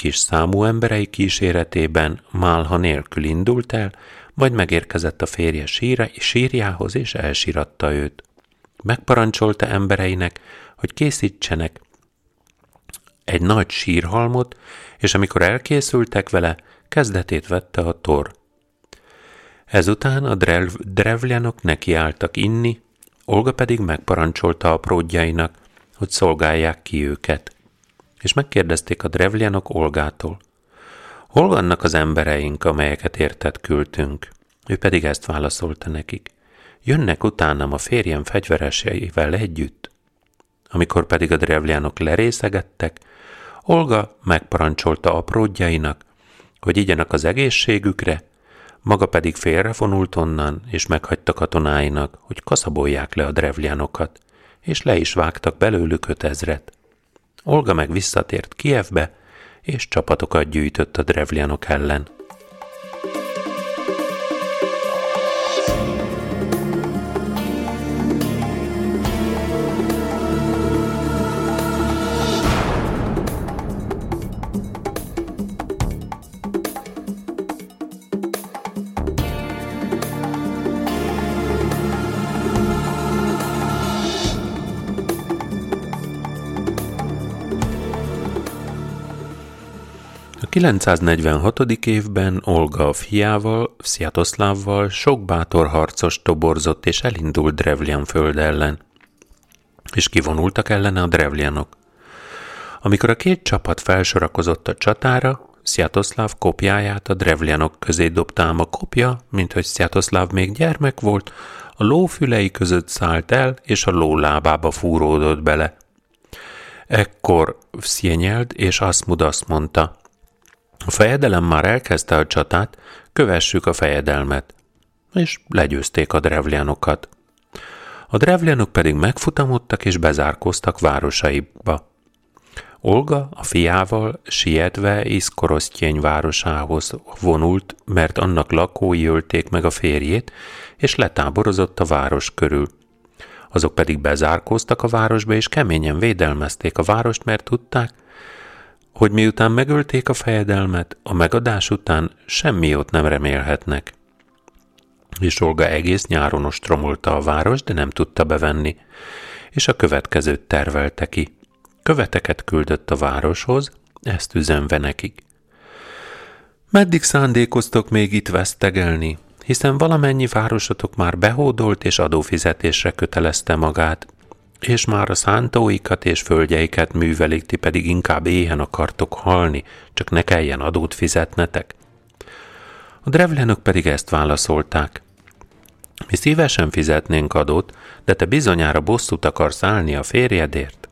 kis számú emberei kíséretében málha nélkül indult el, majd megérkezett a férje síra, sírjához, és elsíratta őt. Megparancsolta embereinek, hogy készítsenek egy nagy sírhalmot, és amikor elkészültek vele, kezdetét vette a tor. Ezután a drevlyanok nekiálltak inni, Olga pedig megparancsolta apródjainak, hogy szolgálják ki őket. És megkérdezték a drevlyanok Olgától: hol vannak az embereink, amelyeket érted küldtünk? Ő pedig ezt válaszolta nekik: jönnek utánam a férjem fegyvereseivel együtt. Amikor pedig a drevlyanok lerészegettek, Olga megparancsolta apródjainak, hogy igyanak az egészségükre, maga pedig félrevonult onnan, és meghagyta katonáinak, hogy kaszabolják le a drevlyanokat, és le is vágtak belőlük ötezret. Olga meg visszatért Kijevbe, és csapatokat gyűjtött a drevlyanok ellen. A kilencszáznegyvenhatodik évben Olga a fiával, Szjatoszlávval sok bátor harcos toborzott és elindult Drevlyan föld ellen, és kivonultak ellene a drevlyanok. Amikor a két csapat felsorakozott a csatára, Szjatoszláv kopjáját a drevlyanok közé dobta, ám a kopja, minthogy Szjatoszláv még gyermek volt, a ló fülei között szállt el, és a ló lábába fúródott bele. Ekkor Szjenyeld és Aszmud azt mondta: a fejedelem már elkezdte a csatát, kövessük a fejedelmet. És legyőzték a drevlyanokat. A drevlyanok pedig megfutamodtak és bezárkóztak városaikba. Olga a fiával sietve Iszkorosztyény városához vonult, mert annak lakói ölték meg a férjét, és letáborozott a város körül. Azok pedig bezárkóztak a városba, és keményen védelmezték a várost, mert tudták, hogy miután megölték a fejedelmet, a megadás után semmi jót nem remélhetnek. És Olga egész nyáron ostromolta a város, de nem tudta bevenni, és a következőt tervelte ki. Követeket küldött a városhoz, ezt üzenve nekik: meddig szándékoztok még itt vesztegelni, hiszen valamennyi városotok már behódolt és adófizetésre kötelezte magát, és már a szántóikat és földjeiket művelik, ti pedig inkább éhen akartok halni, csak ne kelljen adót fizetnetek. A drevlyanok pedig ezt válaszolták: mi szívesen fizetnénk adót, de te bizonyára bosszút akarsz állni a férjedért.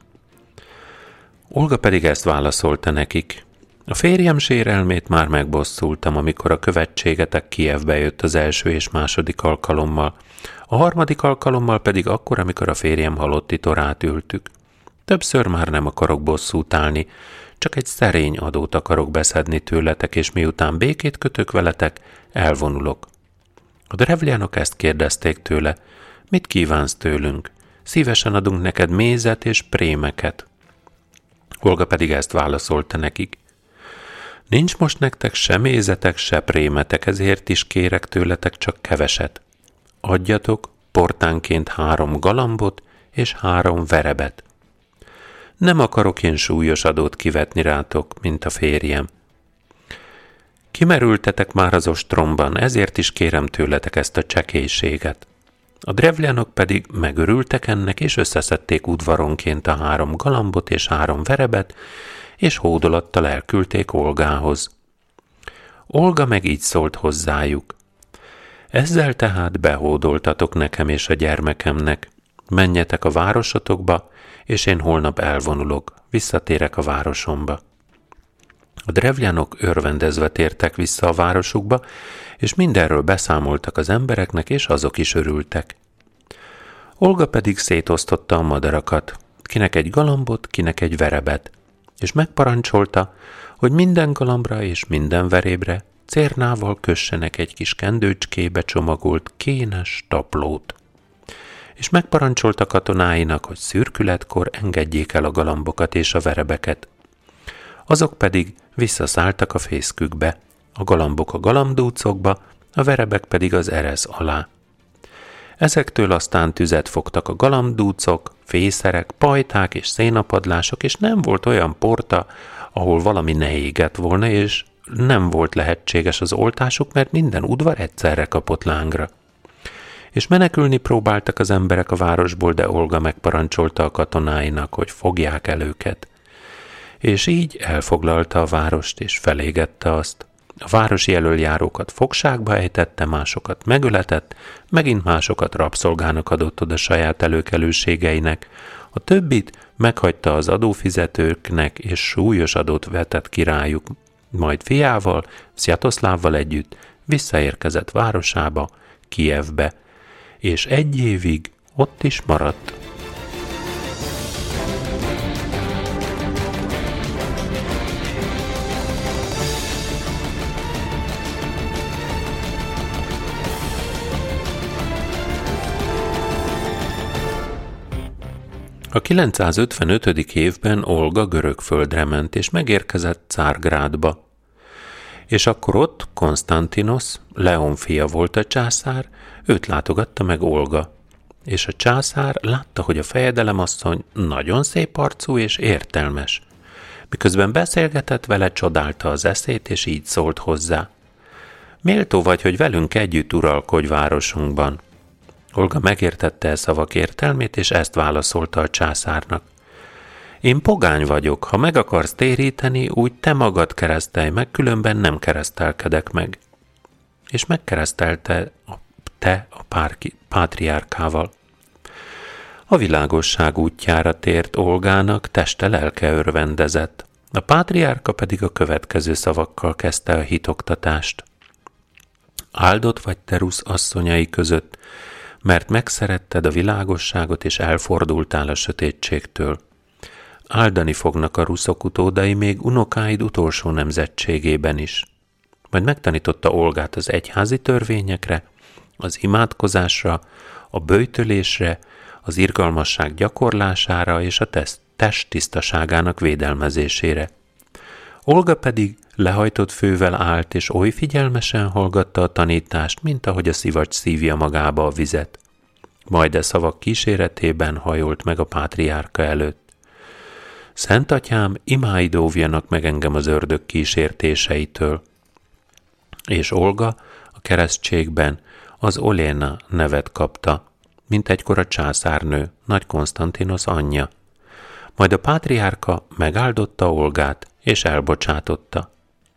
Olga pedig ezt válaszolta nekik: a férjem sérelmét már megbosszultam, amikor a követségetek Kijevbe jött az első és második alkalommal, a harmadik alkalommal pedig akkor, amikor a férjem halotti torát ültük. Többször már nem akarok bosszút állni, csak egy szerény adót akarok beszedni tőletek, és miután békét kötök veletek, elvonulok. A drevlyanok ezt kérdezték tőle: mit kívánsz tőlünk? Szívesen adunk neked mézet és prémeket. Olga pedig ezt válaszolta nekik: nincs most nektek se mézetek, se prémetek, ezért is kérek tőletek csak keveset. Adjatok portánként három galambot és három verebet. Nem akarok én súlyos adót kivetni rátok, mint a férjem. Kimerültetek már az ostromban, ezért is kérem tőletek ezt a csekélységet. A drevlyanok pedig megörültek ennek, és összeszedték udvaronként a három galambot és három verebet, és hódolattal elküldték Olgához. Olga meg így szólt hozzájuk: ezzel tehát behódoltatok nekem és a gyermekemnek. Menjetek a városotokba, és én holnap elvonulok, visszatérek a városomba. A drevlyanok örvendezve tértek vissza a városukba, és mindenről beszámoltak az embereknek, és azok is örültek. Olga pedig szétosztotta a madarakat, kinek egy galambot, kinek egy verebet, és megparancsolta, hogy minden galambra és minden verébre cérnával kössenek egy kis kendőcskébe csomagolt kénes taplót. És megparancsolta katonáinak, hogy szürkületkor engedjék el a galambokat és a verebeket. Azok pedig visszaszálltak a fészkükbe, a galambok a galambdúcokba, a verebek pedig az eresz alá. Ezektől aztán tüzet fogtak a galambdúcok, fészerek, pajták és szénapadlások, és nem volt olyan porta, ahol valami ne égett volna, és nem volt lehetséges az oltásuk, mert minden udvar egyszerre kapott lángra. És menekülni próbáltak az emberek a városból, de Olga megparancsolta a katonáinak, hogy fogják el őket. És így elfoglalta a várost, és felégette azt. A városi elöljárókat fogságba ejtette, másokat megöletett, megint másokat rabszolgának adott oda saját előkelőségeinek, a többit meghagyta az adófizetőknek, és súlyos adót vetett ki rájuk, majd fiával, Szjatoszlávval együtt visszaérkezett városába, Kijevbe, és egy évig ott is maradt. A kilencszázötvenötödik évben Olga Görögföldre ment, és megérkezett Cárgrádba. És akkor ott Konstantinos, Leon fia volt a császár, őt látogatta meg Olga. És a császár látta, hogy a fejedelemasszony nagyon szép arcú és értelmes. Miközben beszélgetett vele, csodálta az eszét, és így szólt hozzá. Méltó vagy, hogy velünk együtt uralkodj városunkban. Olga megértette e szavak értelmét, és ezt válaszolta a császárnak. Én pogány vagyok, ha meg akarsz téríteni, úgy te magad keresztelj meg, különben nem keresztelkedek meg. És megkeresztelte a, te a párki, pátriárkával. A világosság útjára tért Olgának, teste lelke örvendezett. A pátriárka pedig a következő szavakkal kezdte a hitoktatást. Áldott vagy te Rusz asszonyai között, mert megszeretted a világosságot, és elfordultál a sötétségtől. Áldani fognak a ruszok utódai még unokáid utolsó nemzetségében is. Majd megtanította Olgát az egyházi törvényekre, az imádkozásra, a böjtölésre, az irgalmasság gyakorlására és a test tisztaságának védelmezésére. Olga pedig lehajtott fővel állt, és oly figyelmesen hallgatta a tanítást, mint ahogy a szivacs szívja magába a vizet. Majd e szavak kíséretében hajolt meg a pátriárka előtt. Szent atyám, imáid óvjanak meg engem az ördög kísértéseitől. És Olga a keresztségben az Oléna nevet kapta, mint egykor a császárnő, Nagy Konstantinos anyja. Majd a pátriárka megáldotta Olgát, és elbocsátotta.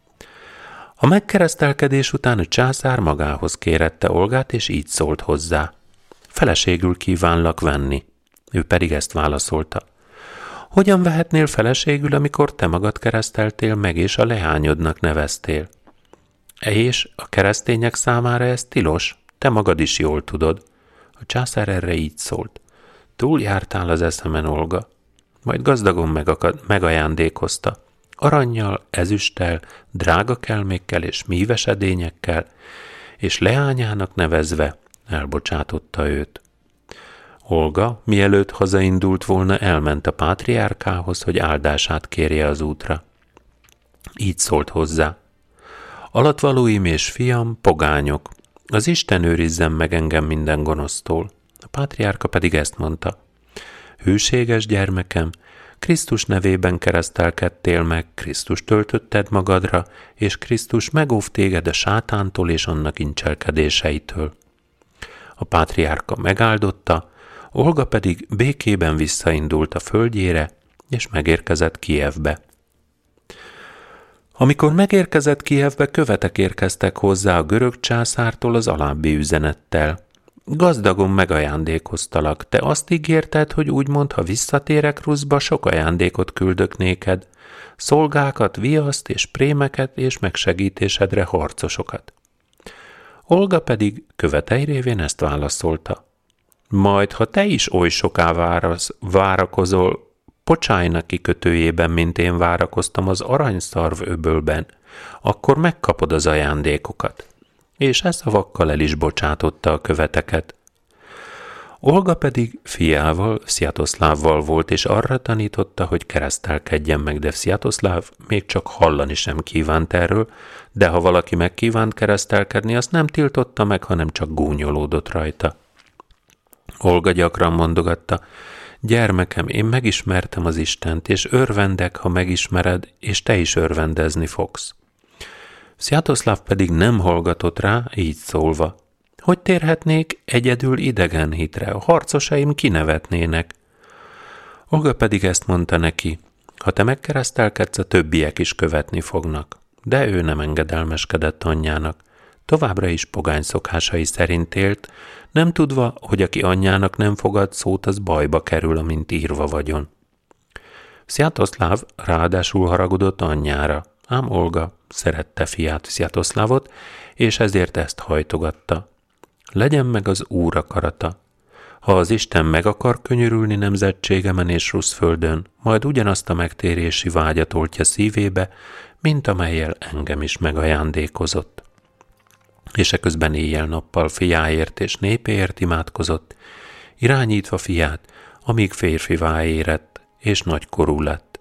A megkeresztelkedés után a császár magához kérette Olgát, és így szólt hozzá. Feleségül kívánlak venni. Ő pedig ezt válaszolta. Hogyan vehetnél feleségül, amikor te magad kereszteltél meg, és a leányodnak neveztél? És a keresztények számára ez tilos, te magad is jól tudod. A császár erre így szólt. Túljártál az eszemen, Olga. Majd gazdagon megakad, megajándékozta. Arannyal, ezüsttel, drága kelmékkel és míves edényekkel, és leányának nevezve elbocsátotta őt. Olga, mielőtt hazaindult volna, elment a pátriárkához, hogy áldását kérje az útra. Így szólt hozzá. Alatvalóim és fiam, pogányok, az Isten őrizzen meg engem minden gonosztól. A pátriárka pedig ezt mondta. Hűséges gyermekem, Krisztus nevében keresztelkedtél meg, Krisztus töltötted magadra, és Krisztus megóv téged a sátántól és annak incselkedéseitől. A pátriárka megáldotta, Olga pedig békében visszaindult a földjére, és megérkezett Kijevbe. Amikor megérkezett Kijevbe, követek érkeztek hozzá a görög császártól az alábbi üzenettel. Gazdagon megajándékoztalak, te azt ígérted, hogy úgymond, ha visszatérek Ruszba, sok ajándékot küldök néked, szolgákat, viaszt és prémeket és megsegítésedre harcosokat. Olga pedig követei révén ezt válaszolta. Majd, ha te is oly soká várasz, várakozol Pocsájna kikötőjében, mint én várakoztam az aranyszarv öbölben, akkor megkapod az ajándékokat. És e szavakkal el is bocsátotta a követeket. Olga pedig fiával, Sziatoszlávval volt, és arra tanította, hogy keresztelkedjen meg, de Sziatoszláv még csak hallani sem kívánt erről, de ha valaki megkívánt keresztelkedni, azt nem tiltotta meg, hanem csak gúnyolódott rajta. Olga gyakran mondogatta: gyermekem, én megismertem az Istent, és örvendek, ha megismered, és te is örvendezni fogsz. Sziatoszláv pedig nem hallgatott rá, így szólva: hogy térhetnék egyedül idegen hitre, a harcosaim kinevetnének. Olga pedig ezt mondta neki: ha te megkeresztelkedsz, a többiek is követni fognak. De ő nem engedelmeskedett anyjának. Továbbra is pogány szokásai szerint élt, nem tudva, hogy aki anyjának nem fogad szót, az bajba kerül, amint írva vagyon. Sziatoszláv ráadásul haragudott anyjára, ám Olga szerette fiát, Sziatoszlávot, és ezért ezt hajtogatta. Legyen meg az Úr akarata. Ha az Isten meg akar könyörülni nemzetségemen és Ruszföldön, majd ugyanazt a megtérési vágyat oltja szívébe, mint amellyel engem is megajándékozott. És eközben éjjel-nappal fiáért és népéért imádkozott, irányítva fiát, amíg férfivá érett, és nagykorú lett.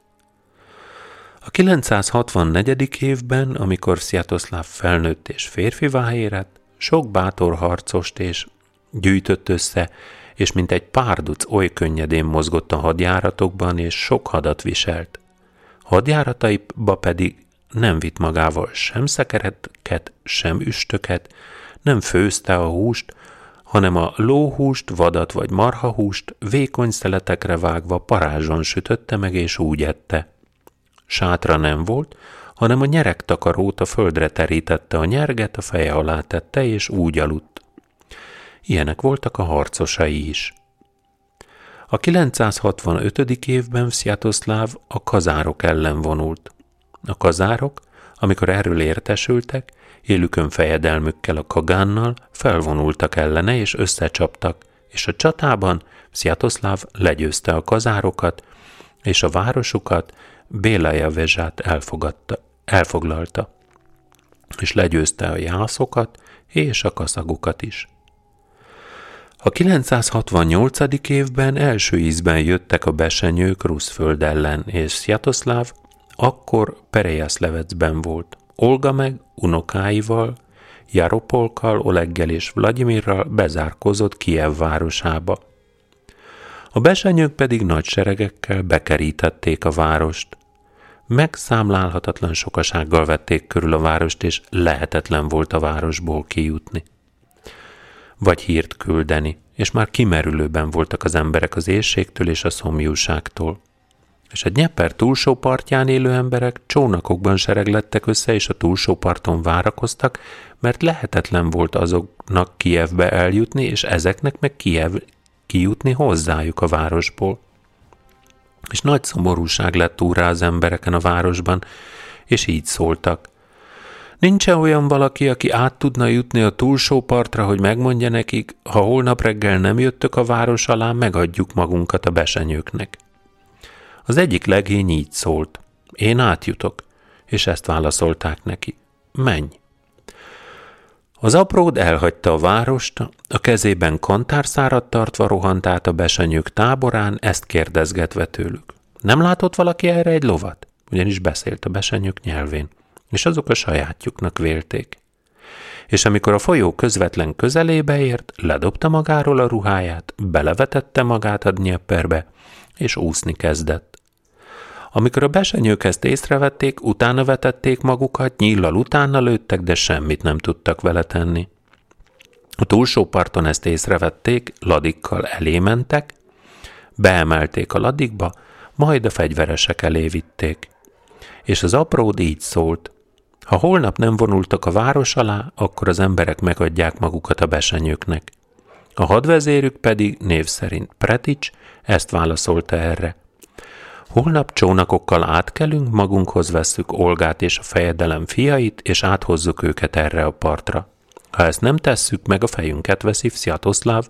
A kilencszázhatvannegyedik évben, amikor Sziatoszláv felnőtt és férfivá érett, sok bátor harcost és gyűjtött össze, és mint egy párduc oly könnyedén mozgott a hadjáratokban, és sok hadat viselt. Hadjárataiba pedig nem vitt magával sem szekereket, sem üstöket, nem főzte a húst, hanem a lóhúst, vadat vagy marhahúst vékony szeletekre vágva parázson sütötte meg, és úgy ette. Sátra nem volt, hanem a nyeregtakarót a földre terítette, a nyerget a feje alá tette, és úgy aludt. Ilyenek voltak a harcosai is. A kilencszázhatvanötödik évben Sziatoszláv a kazárok ellen vonult. A kazárok, amikor erről értesültek, élükön fejedelmükkel a Kagánnal felvonultak ellene, és összecsaptak, és a csatában Sziatoszláv legyőzte a kazárokat, és a városukat, Bélajavezsát elfogadta, elfoglalta, és legyőzte a jászokat és a kaszagokat is. A kilencszázhatvannyolcadik évben első ízben jöttek a besenyők Ruszföld ellen, és Sziatoszláv akkor Perejaszlevecben volt. Olga meg unokáival, Jaropolkkal, Oleggel és Vlagyimirral bezárkózott Kijev városába. A besenyők pedig nagy seregekkel bekerítették a várost. Megszámlálhatatlan sokasággal vették körül a várost, és lehetetlen volt a városból kijutni. Vagy hírt küldeni, és már kimerülőben voltak az emberek az éhségtől és a szomjúságtól. És a Dnyeper túlsó partján élő emberek csónakokban sereglettek össze, és a túlsó parton várakoztak, mert lehetetlen volt azoknak Kijevbe eljutni, és ezeknek meg Kijev kijutni hozzájuk a városból. És nagy szomorúság lett úrrá az embereken a városban, és így szóltak: nincs-e olyan valaki, aki át tudna jutni a túlsó partra, hogy megmondja nekik, ha holnap reggel nem jöttök a város alá, megadjuk magunkat a besenyőknek? Az egyik legény így szólt: én átjutok, és ezt válaszolták neki: menj. Az apród elhagyta a várost, a kezében kantárszárat tartva rohant át a besenyők táborán, ezt kérdezgetve tőlük: nem látott valaki erre egy lovat? Ugyanis beszélt a besenyők nyelvén, és azok a sajátjuknak vélték. És amikor a folyó közvetlen közelébe ért, ledobta magáról a ruháját, belevetette magát a Dnyeperbe, és úszni kezdett. Amikor a besenyők ezt észrevették, utána vetették magukat, nyíllal utána lőttek, de semmit nem tudtak vele tenni. A túlsó parton ezt észrevették, ladikkal elé mentek, beemelték a ladikba, majd a fegyveresek elé vitték. És az apród így szólt: ha holnap nem vonultak a város alá, akkor az emberek megadják magukat a besenyőknek. A hadvezérük pedig név szerint Pretics ezt válaszolta erre: holnap csónakokkal átkelünk, magunkhoz vesszük Olgát és a fejedelem fiait, és áthozzuk őket erre a partra. Ha ezt nem tesszük, meg a fejünket veszi Sziatoszláv.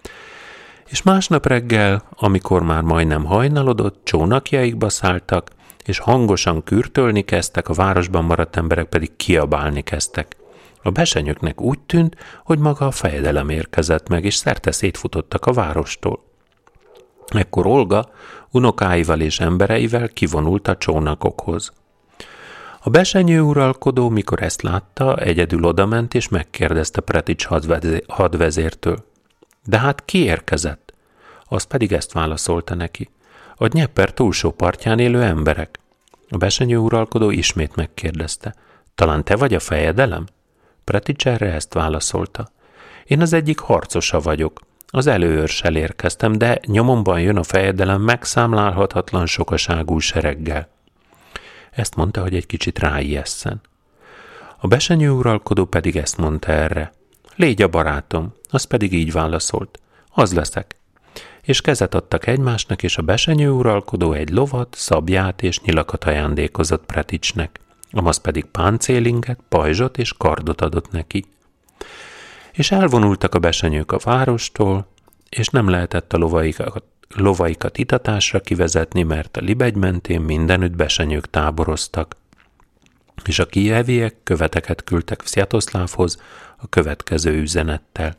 És másnap reggel, amikor már majdnem hajnalodott, csónakjaikba szálltak, és hangosan kürtölni kezdtek, a városban maradt emberek pedig kiabálni kezdtek. A besenyőknek úgy tűnt, hogy maga a fejedelem érkezett meg, és szerte szétfutottak a várostól. Ekkor Olga unokáival és embereivel kivonult a csónakokhoz. A besenyő uralkodó, mikor ezt látta, egyedül odament és megkérdezte Pretics hadvezértől. De hát ki érkezett? Az pedig ezt válaszolta neki. A Dnyeper túlsó partján élő emberek. A besenyő uralkodó ismét megkérdezte. Talán te vagy a fejedelem? Pretics erre ezt válaszolta. Én az egyik harcosa vagyok. Az előőrssel érkeztem, de nyomomban jön a fejedelem megszámlálhatatlan sokaságú sereggel. Ezt mondta, hogy egy kicsit ráijesszen. A besenyő uralkodó pedig ezt mondta erre. Légy a barátom, az pedig így válaszolt. Az leszek. És kezet adtak egymásnak, és a besenyő uralkodó egy lovat, szabját és nyilakat ajándékozott Preticsnek. Amaz pedig páncélinget, pajzsot és kardot adott neki. És elvonultak a besenyők a várostól, és nem lehetett a lovaikat, lovaikat itatásra kivezetni, mert a Libegy mentén mindenütt besenyők táboroztak. És a kijeviek követeket küldtek Szvjatoszlávhoz a következő üzenettel.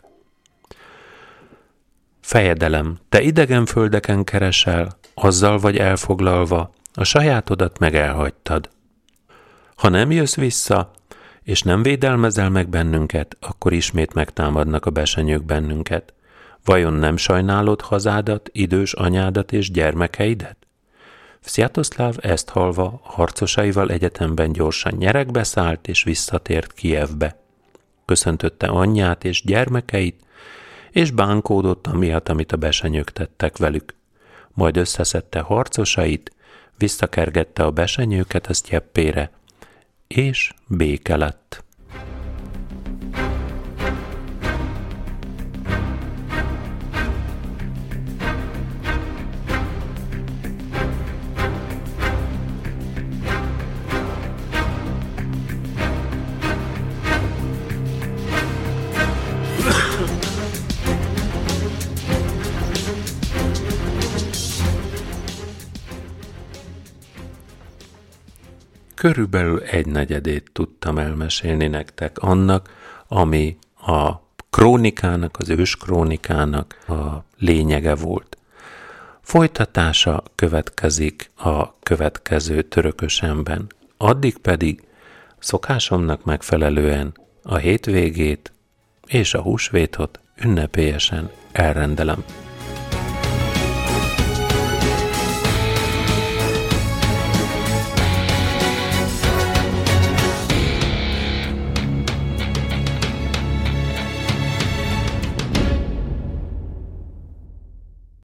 Fejedelem, te idegen földeken keresel, azzal vagy elfoglalva, a sajátodat meg elhagytad. Ha nem jössz vissza, és nem védelmezel meg bennünket, akkor ismét megtámadnak a besenyők bennünket. Vajon nem sajnálod hazádat, idős anyádat és gyermekeidet? Szvjatoszláv ezt hallva harcosaival egyetemben gyorsan nyeregbe szállt és visszatért Kijevbe. Köszöntötte anyját és gyermekeit, és bánkódott amiatt, amit a besenyők tettek velük. Majd összeszedte harcosait, visszakergette a besenyőket a sztyeppére, és béke lett. Körülbelül egy negyedét tudtam elmesélni nektek annak, ami a krónikának, az őskrónikának a lényege volt. Folytatása következik a következő Törökösenben. Addig pedig szokásomnak megfelelően a hétvégét és a húsvétot ünnepélyesen elrendelem.